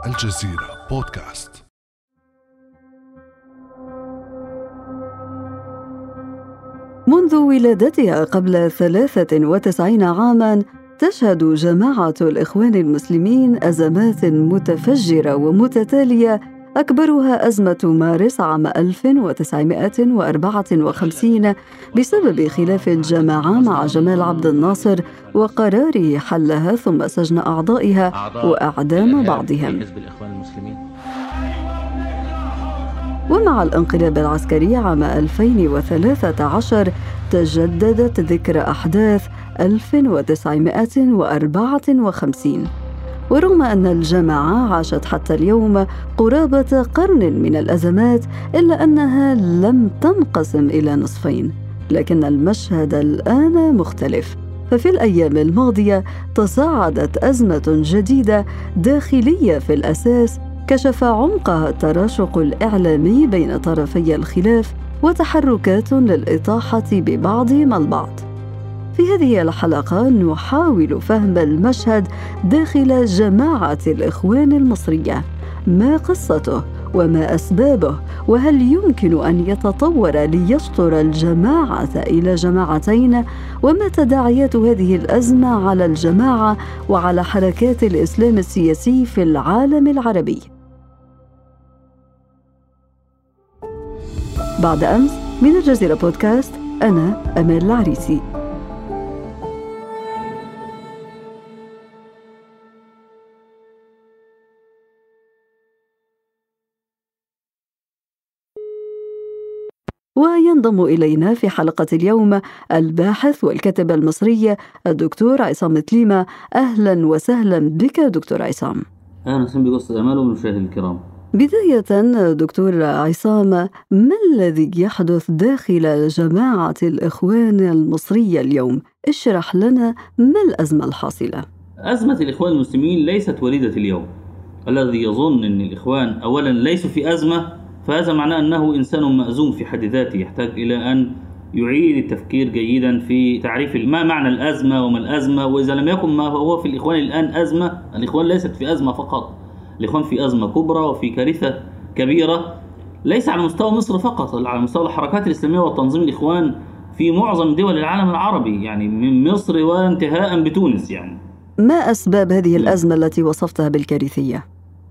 الجزيرة بودكاست. منذ ولادتها قبل 93 عاماً تشهد جماعة الإخوان المسلمين أزمات متفجرة ومتتالية، أكبرها أزمة مارس عام 1954 بسبب خلاف الجماعة مع جمال عبد الناصر وقراره حلها ثم سجن أعضائها وإعدام بعضهم. ومع الانقلاب العسكري عام 2013 تجددت ذكرى أحداث 1954. ورغم أن الجماعة عاشت حتى اليوم قرابة قرن من الأزمات، إلا أنها لم تنقسم إلى نصفين، لكن المشهد الآن مختلف. ففي الأيام الماضية تصاعدت أزمة جديدة داخلية في الأساس كشف عمقها التراشق الإعلامي بين طرفي الخلاف وتحركات للإطاحة ببعضهم البعض. في هذه الحلقة نحاول فهم المشهد داخل جماعة الإخوان المصرية، ما قصته وما أسبابه، وهل يمكن أن يتطور ليشطر الجماعة إلى جماعتين، وما تداعيات هذه الأزمة على الجماعة وعلى حركات الإسلام السياسي في العالم العربي. بعد أمس من الجزيرة بودكاست، أنا أمال العريسي. وينضم إلينا في حلقة اليوم الباحث والكاتب المصري الدكتور عصام تليمة. أهلا وسهلا بك دكتور عصام. أهلا وسهلا بك أستاذ أمال ومشاهدي الكرام. بداية دكتور عصام، ما الذي يحدث داخل جماعة الإخوان المصرية اليوم؟ اشرح لنا ما الأزمة الحاصلة. أزمة الإخوان المسلمين ليست وليدة اليوم. الذي يظن أن الإخوان أولا ليسوا في أزمة فهذا معناه أنه إنسان مأزوم في حد ذاته، يحتاج إلى أن يعيد التفكير جيدا في تعريف ما معنى الأزمة وما الأزمة، وإذا لم يكن ما هو في الإخوان الآن أزمة. الإخوان ليست في أزمة فقط، الإخوان في أزمة كبرى وفي كارثة كبيرة، ليس على مستوى مصر فقط، على مستوى الحركات الإسلامية والتنظيم الإخوان في معظم دول العالم العربي، يعني من مصر وانتهاء بتونس. يعني ما أسباب هذه الأزمة التي وصفتها بالكارثية؟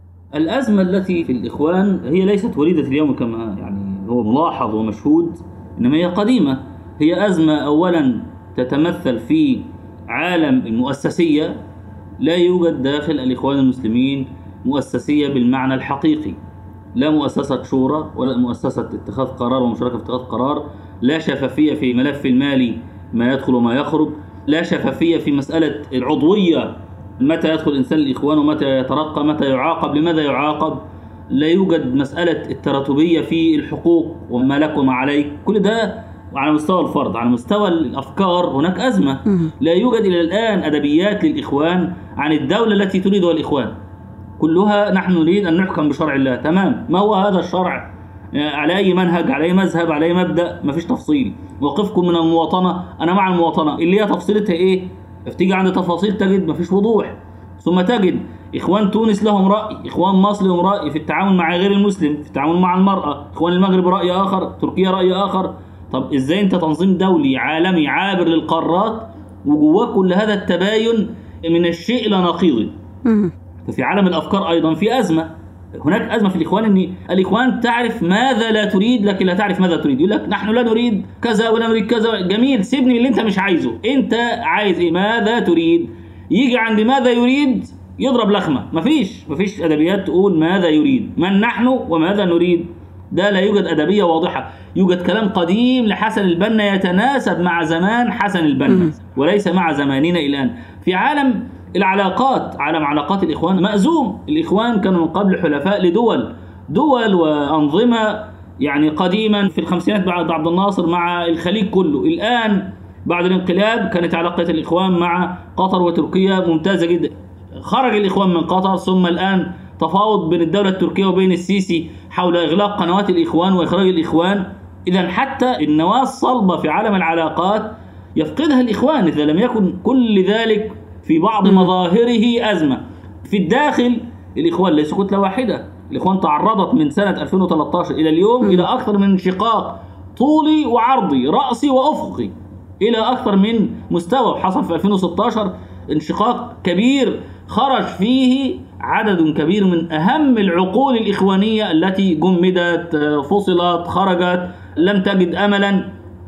الأزمة التي في الإخوان هي ليست وليدة اليوم كما يعني هو ملاحظ ومشهود، إنما هي قديمة. هي أزمة أولا تتمثل في عالم المؤسسية، لا يوجد داخل الإخوان المسلمين مؤسسية بالمعنى الحقيقي، لا مؤسسة شورى ولا مؤسسة اتخاذ قرار ومشاركة في اتخاذ قرار، لا شفافية في ملف المالي ما يدخل وما يخرج، لا شفافية في مسألة العضوية، متى يدخل الإنسان الإخوان ومتى يترقى، متى يعاقب، لماذا يعاقب، لا يوجد مسألة التراتبية في الحقوق وما لك وما عليك. كل ده على مستوى الفرد. على مستوى الأفكار هناك أزمة، لا يوجد إلى الآن أدبيات للإخوان عن الدولة التي تريدها الإخوان، كلها نحن نريد أن نحكم بشرع الله. تمام، ما هو هذا الشرع؟ على أي منهج، على أي مذهب، على أي مبدأ؟ ما فيش تفصيل. موقفكم من المواطنة، أنا مع المواطنة، اللي هي تفصيلتها إيه؟ افتيجي عند تفاصيل تجد ما فيش وضوح. ثم تجد إخوان تونس لهم رأي، إخوان مصر لهم رأي في التعامل مع غير المسلم، في التعامل مع المرأة، إخوان المغرب رأي آخر، تركيا رأي آخر. طب إزاي أنت تنظيم دولي عالمي عابر للقارات وجواه كل هذا التباين من الشيء إلى نقيضه؟ ففي عالم الأفكار أيضا في أزمة. هناك أزمة في الإخوان، أن الإخوان تعرف ماذا لا تريد لكن لا تعرف ماذا تريد. يقول لك نحن لا نريد كذا ولا نريد كذا. جميل، سيبني اللي أنت مش عايزه. أنت عايز إيه؟ ماذا تريد؟ يجي عند ماذا يريد يضرب لخمة. مفيش أدبيات تقول ماذا يريد، من نحن وماذا نريد. ده لا يوجد أدبية واضحة. يوجد كلام قديم لحسن البنا يتناسب مع زمان حسن البنا وليس مع زماننا الآن. في عالم العلاقات، عالم علاقات الإخوان مأزوم. الإخوان كانوا من قبل حلفاء لدول وأنظمة، يعني قديما في الخمسينات بعد عبد الناصر مع الخليج كله. الآن بعد الانقلاب كانت علاقة الإخوان مع قطر وتركيا ممتازة جدا. خرج الإخوان من قطر، ثم الآن تفاوض بين الدولة التركية وبين السيسي حول إغلاق قنوات الإخوان وإخراج الإخوان. إذن حتى النواة الصلبة في عالم العلاقات يفقدها الإخوان إذا لم يكن كل ذلك في بعض مظاهره أزمة. في الداخل الإخوان ليسوا كتلة واحدة. الإخوان تعرضت من سنة 2013 إلى اليوم إلى أكثر من انشقاق طولي وعرضي، رأسي وأفقي، إلى أكثر من مستوى. حصل في 2016 انشقاق كبير خرج فيه عدد كبير من أهم العقول الإخوانية التي جمدت، فصلت، خرجت، لم تجد أملا.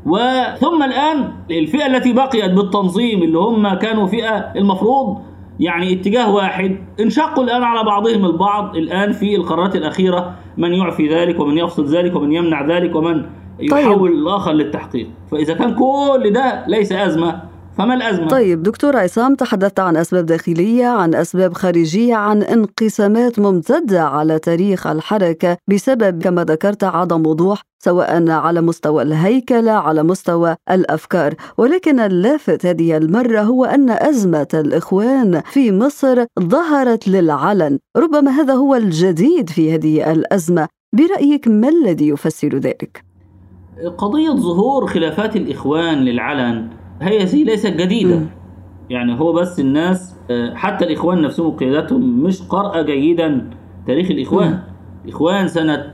وثم الآن الفئة التي بقيت بالتنظيم اللي هم كانوا فئة المفروض يعني اتجاه واحد، انشقوا الآن على بعضهم البعض. الآن في القرارات الأخيرة من يعفي ذلك ومن يفصل ذلك ومن يمنع ذلك ومن يحول الآخر للتحقيق. فإذا كان كل ده ليس أزمة فما الأزمة؟ طيب دكتور عصام، تحدثت عن أسباب داخلية، عن أسباب خارجية، عن انقسامات ممتدة على تاريخ الحركة بسبب كما ذكرت عدم وضوح سواء على مستوى الهيكلة على مستوى الأفكار. ولكن اللافت هذه المرة هو أن أزمة الإخوان في مصر ظهرت للعلن. ربما هذا هو الجديد في هذه الأزمة. برأيك ما الذي يفسر ذلك؟ قضية ظهور خلافات الإخوان للعلن هي ليست جديدة. يعني هو بس الناس حتى الإخوان نفسهم وقياداتهم مش قرأ جيدا تاريخ الإخوان. الإخوان سنة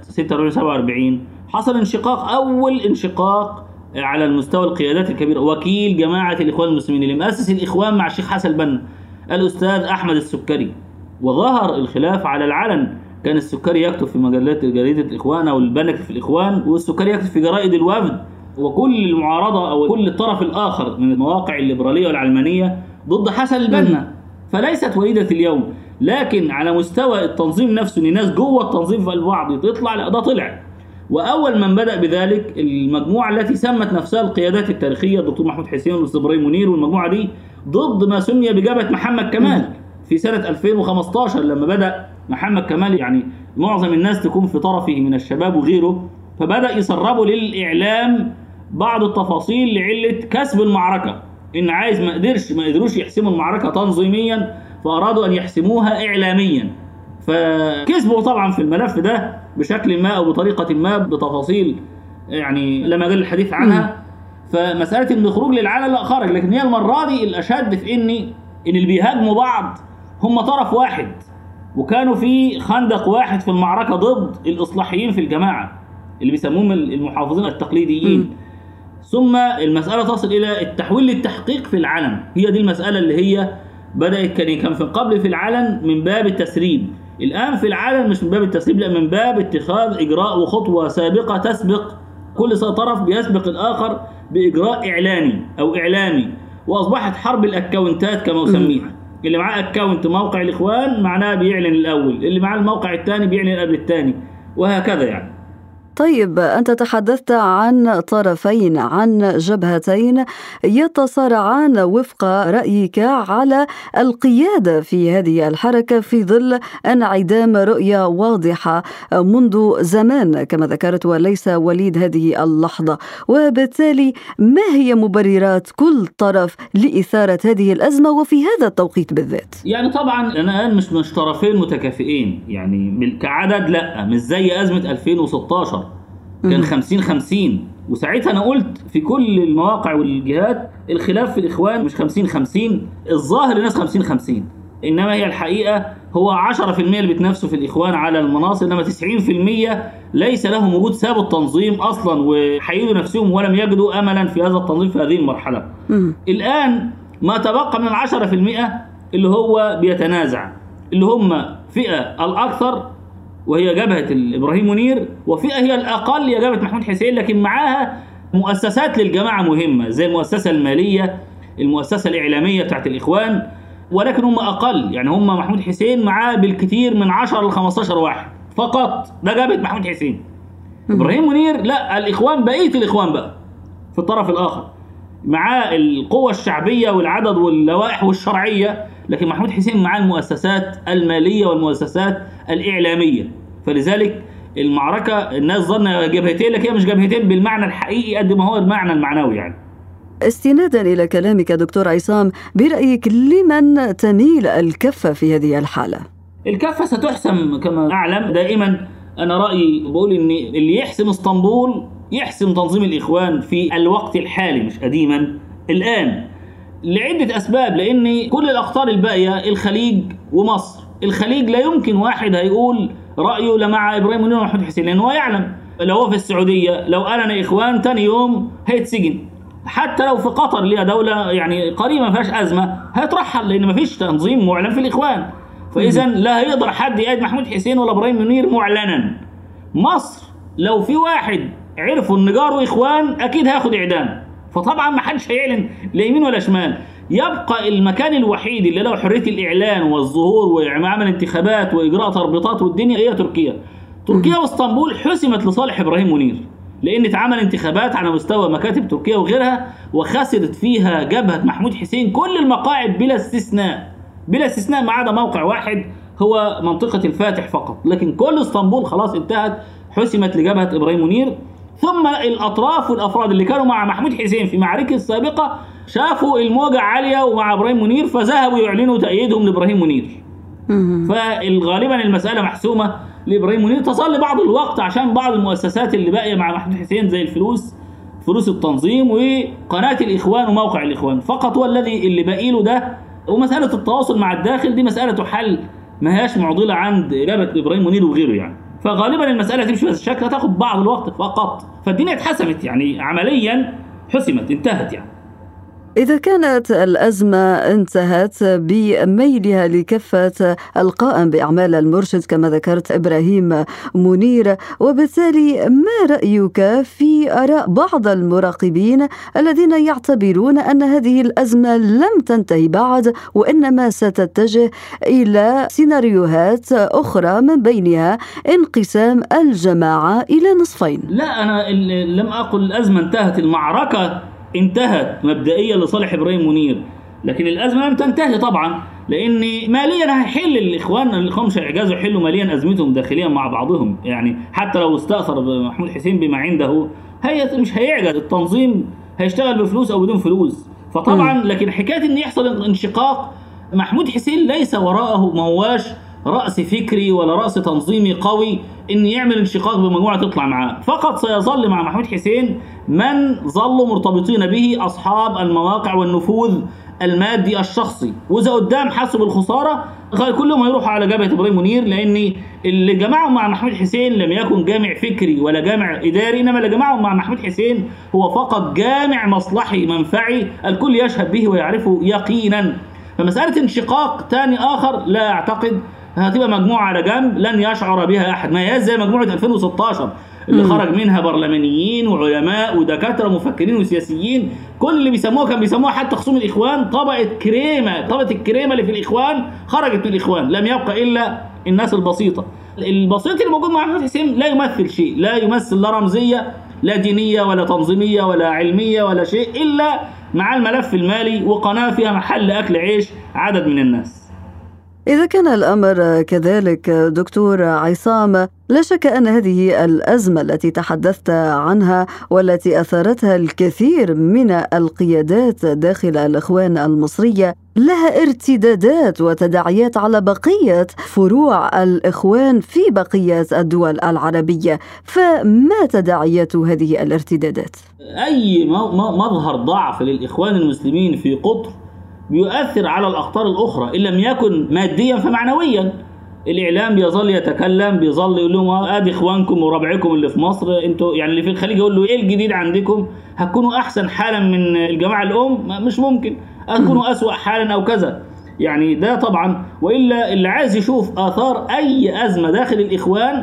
46-47 حصل انشقاق، أول انشقاق على المستوى القيادات الكبيرة. وكيل جماعة الإخوان المسلمين اللي مؤسس الإخوان مع الشيخ حسن البنا الأستاذ أحمد السكري، وظهر الخلاف على العلن. كان السكري يكتب في جريدة الإخوان أو البنا في الإخوان، والسكري يكتب في جرائد الوفد. وكل المعارضة أو كل الطرف الآخر من المواقع الليبرالية والعلمانية ضد حسن البنا. فليست وليدة اليوم، لكن على مستوى التنظيم نفسه، ان الناس جوه التنظيم في البعض يطلع، لا ده طلع. واول من بدأ بذلك المجموعة التي سمت نفسها القيادات التاريخية، الدكتور محمود حسين والاستاذ ابراهيم منير، والمجموعة دي ضد ما سمي بجبهة محمد كمال في سنة 2015 لما بدأ محمد كمال يعني معظم الناس تكون في طرفه من الشباب وغيره، فبدأ يسربوا للإعلام بعض التفاصيل لعلة كسب المعركة. إن عايز ما قدروش يحسموا المعركة تنظيميا، فأرادوا أن يحسموها إعلاميا. فكسبوا طبعا في الملف ده بشكل ما أو بطريقة ما بتفاصيل يعني لما جاء الحديث عنها. فمسألة إن الخروج للعلن لا خرج، لكن هي المرة دي الأشد في إن اللي بيهاجموا بعض هم طرف واحد، وكانوا في خندق واحد في المعركة ضد الإصلاحيين في الجماعة اللي بيسموهم المحافظين التقليديين. ثم المسألة تصل إلى التحويل للتحقيق في العلن. هي دي المسألة اللي هي بدأت كان في قبل في العلن من باب التسريب، الآن في العلن مش من باب التسريب، لا من باب اتخاذ إجراء وخطوة سابقة تسبق، كل طرف بيسبق الآخر بإجراء إعلاني أو إعلامي. وأصبحت حرب الأكاونتات كما أسميها، اللي معاه أكاونت موقع الإخوان معناه بيعلن الأول، اللي معاه الموقع الثاني بيعلن قبل الثاني، وهكذا يعني. طيب أنت تحدثت عن طرفين، عن جبهتين يتصارعان وفق رأيك على القيادة في هذه الحركة في ظل انعدام رؤية واضحة منذ زمان كما ذكرت وليس وليد هذه اللحظة. وبالتالي ما هي مبررات كل طرف لإثارة هذه الأزمة وفي هذا التوقيت بالذات؟ يعني طبعا أنا الآن مش طرفين متكافئين يعني كعدد، لا مش زي أزمة 2016 كان 50-50. وساعتها أنا قلت في كل المواقع والجهات الخلاف في الإخوان مش 50-50، الظاهر الناس 50-50، إنما هي الحقيقة هو 10% اللي بتنافسوا في الإخوان على المناصب، إنما 90% ليس لهم وجود، سابوا التنظيم أصلا وحيدوا نفسهم ولم يجدوا أملا في هذا التنظيم في هذه المرحلة. الآن ما تبقى من 10% اللي هو بيتنازع، اللي هم فئة الأكثر وهي جبهة إبراهيم منير، وفئة هي الأقل هي جبهة محمود حسين، لكن معاها مؤسسات للجماعة مهمة زي المؤسسة المالية، المؤسسة الإعلامية بتاعت الإخوان، ولكن هم أقل. يعني هم محمود حسين معاه بالكثير من 10 ل 15 واحد فقط، ده جبهة محمود حسين. إبراهيم منير لا، الإخوان بقية الإخوان بقى في الطرف الآخر معاه القوة الشعبية والعدد واللوائح والشرعية، لكن محمود حسين معاه المؤسسات المالية والمؤسسات الإعلامية. فلذلك المعركة الناس ظنها جبهتين، لكن هي مش جبهتين بالمعنى الحقيقي قد ما هو المعنى المعنوي يعني. استنادا إلى كلامك دكتور عصام، برأيك لمن تميل الكفة في هذه الحالة؟ الكفة ستحسم كما أعلم دائما. أنا رأيي بقول إن اللي يحسم اسطنبول يحسم تنظيم الإخوان في الوقت الحالي مش قديما، الآن لعدة أسباب. لأن كل الأقطار الباقية الخليج ومصر الخليج لا يمكن واحد هيقول رأيه لا مع إبراهيم منير ومحمود حسين، لأنه هو يعلم لو هو في السعودية لو أعلن إخوان تاني يوم هيتسجن. حتى لو في قطر اللي هي دولة يعني قريبة ما فيهاش أزمة هيترحل، لأن ما فيش تنظيم معلن في الإخوان. فإذا لا هيقدر حد يقعد محمود حسين ولا إبراهيم منير معلنا. مصر لو في واحد عرفوا إن جاره إخوان أكيد هياخد إعدام، فطبعا ما حدش هيعلن لا يمين ولا شمال. يبقى المكان الوحيد اللي له حرية الإعلان والظهور وعمل انتخابات وإجراء تربيطات والدنيا هي تركيا. تركيا واسطنبول حسمت لصالح إبراهيم منير، لأن اتعمل انتخابات على مستوى مكاتب تركيا وغيرها، وخسرت فيها جبهة محمود حسين كل المقاعد بلا استثناء، بلا استثناء ما عدا موقع واحد هو منطقة الفاتح فقط، لكن كل اسطنبول خلاص انتهت، حسمت لجبهة إبراهيم منير. ثم الأطراف والأفراد اللي كانوا مع محمود حسين في معركة السابقة شافوا الموجة عالية ومع إبراهيم منير، فذهبوا يعلنوا تأييدهم لإبراهيم منير. فغالبا المسألة محسومة لإبراهيم منير. تصل بعض الوقت عشان بعض المؤسسات اللي باقية مع محمود حسين زي فلوس التنظيم وقناة الإخوان وموقع الإخوان فقط هو اللي باقي له ده. ومسألة التواصل مع الداخل دي مسألة حل ما هياش معضلة عند جبهة إبراهيم منير وغيره يعني. فغالبا المسألة تمشي بهذا الشكل، هتاخد بعض الوقت فقط. فالدنيا اتحسمت يعني عمليا، حسمت انتهت يعني. إذا كانت الأزمة انتهت بميلها لكفة القائم بأعمال المرشد كما ذكرت إبراهيم منير، وبالتالي ما رأيك في آراء بعض المراقبين الذين يعتبرون أن هذه الأزمة لم تنتهي بعد، وإنما ستتجه إلى سيناريوهات أخرى من بينها انقسام الجماعة إلى نصفين؟ لا، أنا لم أقل الأزمة انتهت، المعركة انتهت مبدئيا لصالح إبراهيم منير، لكن الأزمة لم تنتهي طبعا، لأن ماليا هيحل الإخوان مش هيعجزوا يحلوا ماليا أزمتهم داخليا مع بعضهم يعني. حتى لو استأثر محمود حسين بما عنده مش هيعجز، التنظيم هيشتغل بفلوس أو بدون فلوس. فطبعا لكن حكاية إن يحصل انشقاق، محمود حسين ليس وراءه مواش رأس فكري ولا رأس تنظيمي قوي إن يعمل انشقاق بمجموعة تطلع معاه. فقط سيظل مع محمود حسين من ظلوا مرتبطين به، أصحاب المواقع والنفوذ المادي الشخصي، وإذا قدام حسوا بالخسارة كلهم هيروحوا على جبهة إبراهيم منير، لأن اللي جمعهم مع محمود حسين لم يكن جامع فكري ولا جامع إداري، إنما اللي جمعهم مع محمود حسين هو فقط جامع مصلحي منفعي الكل يشهد به ويعرفه يقينا. فمسألة انشقاق تاني آخر لا أعتقد، هتبقى مجموعة على جنب لن يشعر بها أحد، ما هي زي مجموعة 2016 اللي خرج منها برلمانيين وعلماء ودكاترة ومفكرين وسياسيين، كل اللي كان بيسموها حتى خصوم الإخوان طبقة الكريمة اللي في الإخوان خرجت من الإخوان، لم يبقى إلا الناس البسيط اللي موجود مع محمود حسين لا يمثل شيء، لا يمثل لا رمزية لا دينية ولا تنظيمية ولا علمية ولا شيء، إلا مع الملف المالي وقناة فيها محل أكل عيش عدد من الناس. إذا كان الأمر كذلك دكتور عصام، لا شك أن هذه الأزمة التي تحدثت عنها والتي أثارتها الكثير من القيادات داخل الإخوان المصرية لها ارتدادات وتداعيات على بقية فروع الإخوان في بقية الدول العربية، فما تداعيات هذه الارتدادات؟ أي مظهر ضعف للإخوان المسلمين في قطر بيؤثر على الأقطار الأخرى، إن لم يكن ماديا فمعنويا. الإعلام بيظل يتكلم، بيظل يقول لهم آدي إخوانكم وربعكم اللي في مصر، انتوا يعني اللي في الخليج يقول له إيه الجديد عندكم؟ هتكونوا أحسن حالا من الجماعة الأم؟ مش ممكن، هتكونوا أسوأ حالا أو كذا يعني. ده طبعا، وإلا اللي عايز يشوف آثار أي أزمة داخل الإخوان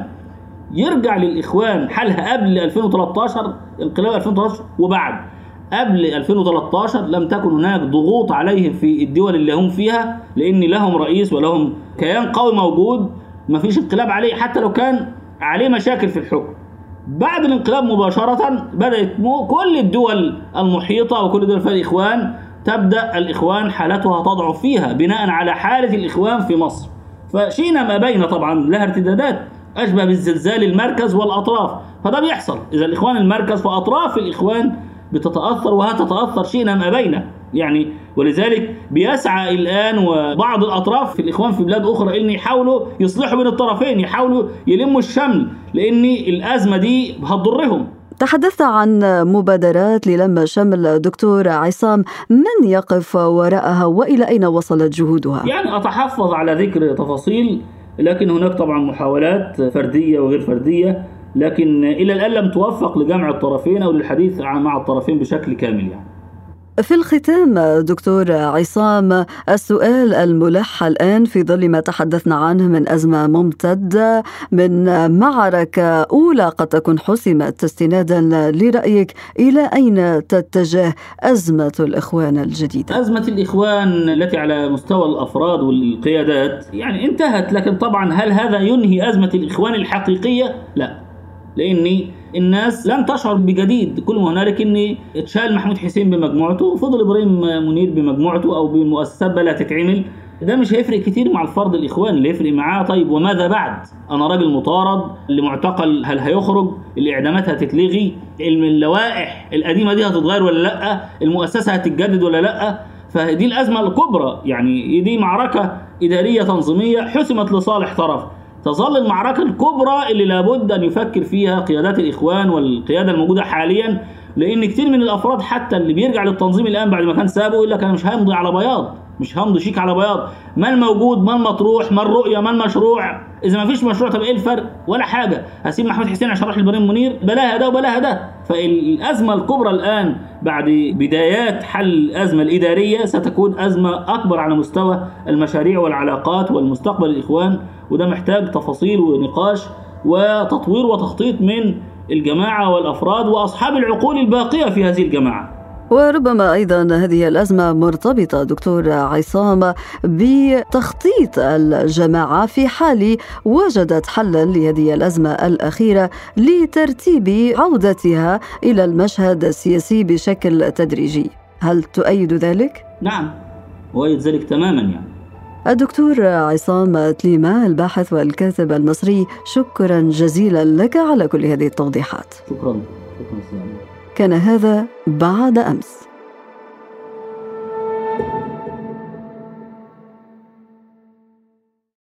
يرجع للإخوان حالها قبل 2013 انقلاب 2013 وبعد. قبل 2013 لم تكن هناك ضغوط عليهم في الدول اللي هم فيها، لأن لهم رئيس ولهم كيان قوي موجود، ما فيش انقلاب عليه حتى لو كان عليه مشاكل في الحكم. بعد الانقلاب مباشرة بدأت كل الدول المحيطة وكل دول فيها الإخوان تبدأ الإخوان حالتها تضعف فيها بناء على حالة الإخوان في مصر. فشينا ما بين طبعا لها ارتدادات أشبه بالزلزال المركز والأطراف، فده بيحصل إذا الإخوان المركز فأطراف الإخوان بتتأثر وهتتأثر شئنا ما بين يعني. ولذلك بيسعى الآن وبعض الأطراف في الإخوان في بلاد أخرى إن يحاولوا يصلحوا بين الطرفين، يحاولوا يلموا الشمل، لأن الأزمة دي هتضرهم. تحدثت عن مبادرات للم شمل. دكتور عصام، من يقف وراءها وإلى أين وصلت جهودها؟ يعني أتحفظ على ذكر تفاصيل، لكن هناك طبعا محاولات فردية وغير فردية، لكن إلى الآن لم توفق لجمع الطرفين أو للحديث مع الطرفين بشكل كامل. يعني في الختام دكتور عصام، السؤال الملح الآن في ظل ما تحدثنا عنه من أزمة ممتدة، من معركة أولى قد تكون حسمت استنادا لرأيك، إلى أين تتجه أزمة الإخوان الجديدة؟ أزمة الإخوان التي على مستوى الأفراد والقيادات يعني انتهت، لكن طبعا هل هذا ينهي أزمة الإخوان الحقيقية؟ لا، لأن الناس لم تشعر بجديد. كل ما هنالك أن اتشال محمود حسين بمجموعته وفضل إبراهيم منير بمجموعته أو بالمؤسسات بلا تتعمل. ده مش هيفرق كتير مع الفرد الإخوان. اللي يفرق معاه طيب وماذا بعد؟ أنا راجل مطارد، اللي معتقل هل هيخرج؟ الإعدامات هتتلغي؟ اللوائح القديمة دي هتتغير ولا لأ؟ المؤسسة هتتجدد ولا لأ؟ فدي الأزمة الكبرى. يعني دي معركة إدارية تنظيمية حسمت لصالح طرف. تظل المعركة الكبرى اللي لابد أن يفكر فيها قيادات الإخوان والقيادة الموجودة حاليا، لأن كتير من الأفراد حتى اللي بيرجع للتنظيم الآن بعد ما كان سابه يقول لك أنا مش همضي على بياض، مش همضي شيك على بياض. ما الموجود، ما المطروح، ما الرؤية، ما المشروع؟ إذا ما فيش مشروع طب إيه الفرق؟ ولا حاجة. هسيب محمود حسين عشان أروح لإبراهيم منير؟ بلاها ده وبلاها ده. فالأزمة الكبرى الآن بعد بدايات حل الأزمة الإدارية ستكون أزمة أكبر على مستوى المشاريع والعلاقات والمستقبل الإخوان، وده محتاج تفاصيل ونقاش وتطوير وتخطيط من الجماعة والأفراد وأصحاب العقول الباقية في هذه الجماعة. وربما أيضا هذه الأزمة مرتبطة دكتور عصام بتخطيط الجماعة في حال وجدت حلا لهذه الأزمة الأخيرة لترتيب عودتها إلى المشهد السياسي بشكل تدريجي. هل تؤيد ذلك؟ نعم، أؤيد ذلك تماما. يعني الدكتور عصام تليمة، الباحث والكاتب المصري، شكرا جزيلا لك على كل هذه التوضيحات. شكرا. كان هذا بعد أمس.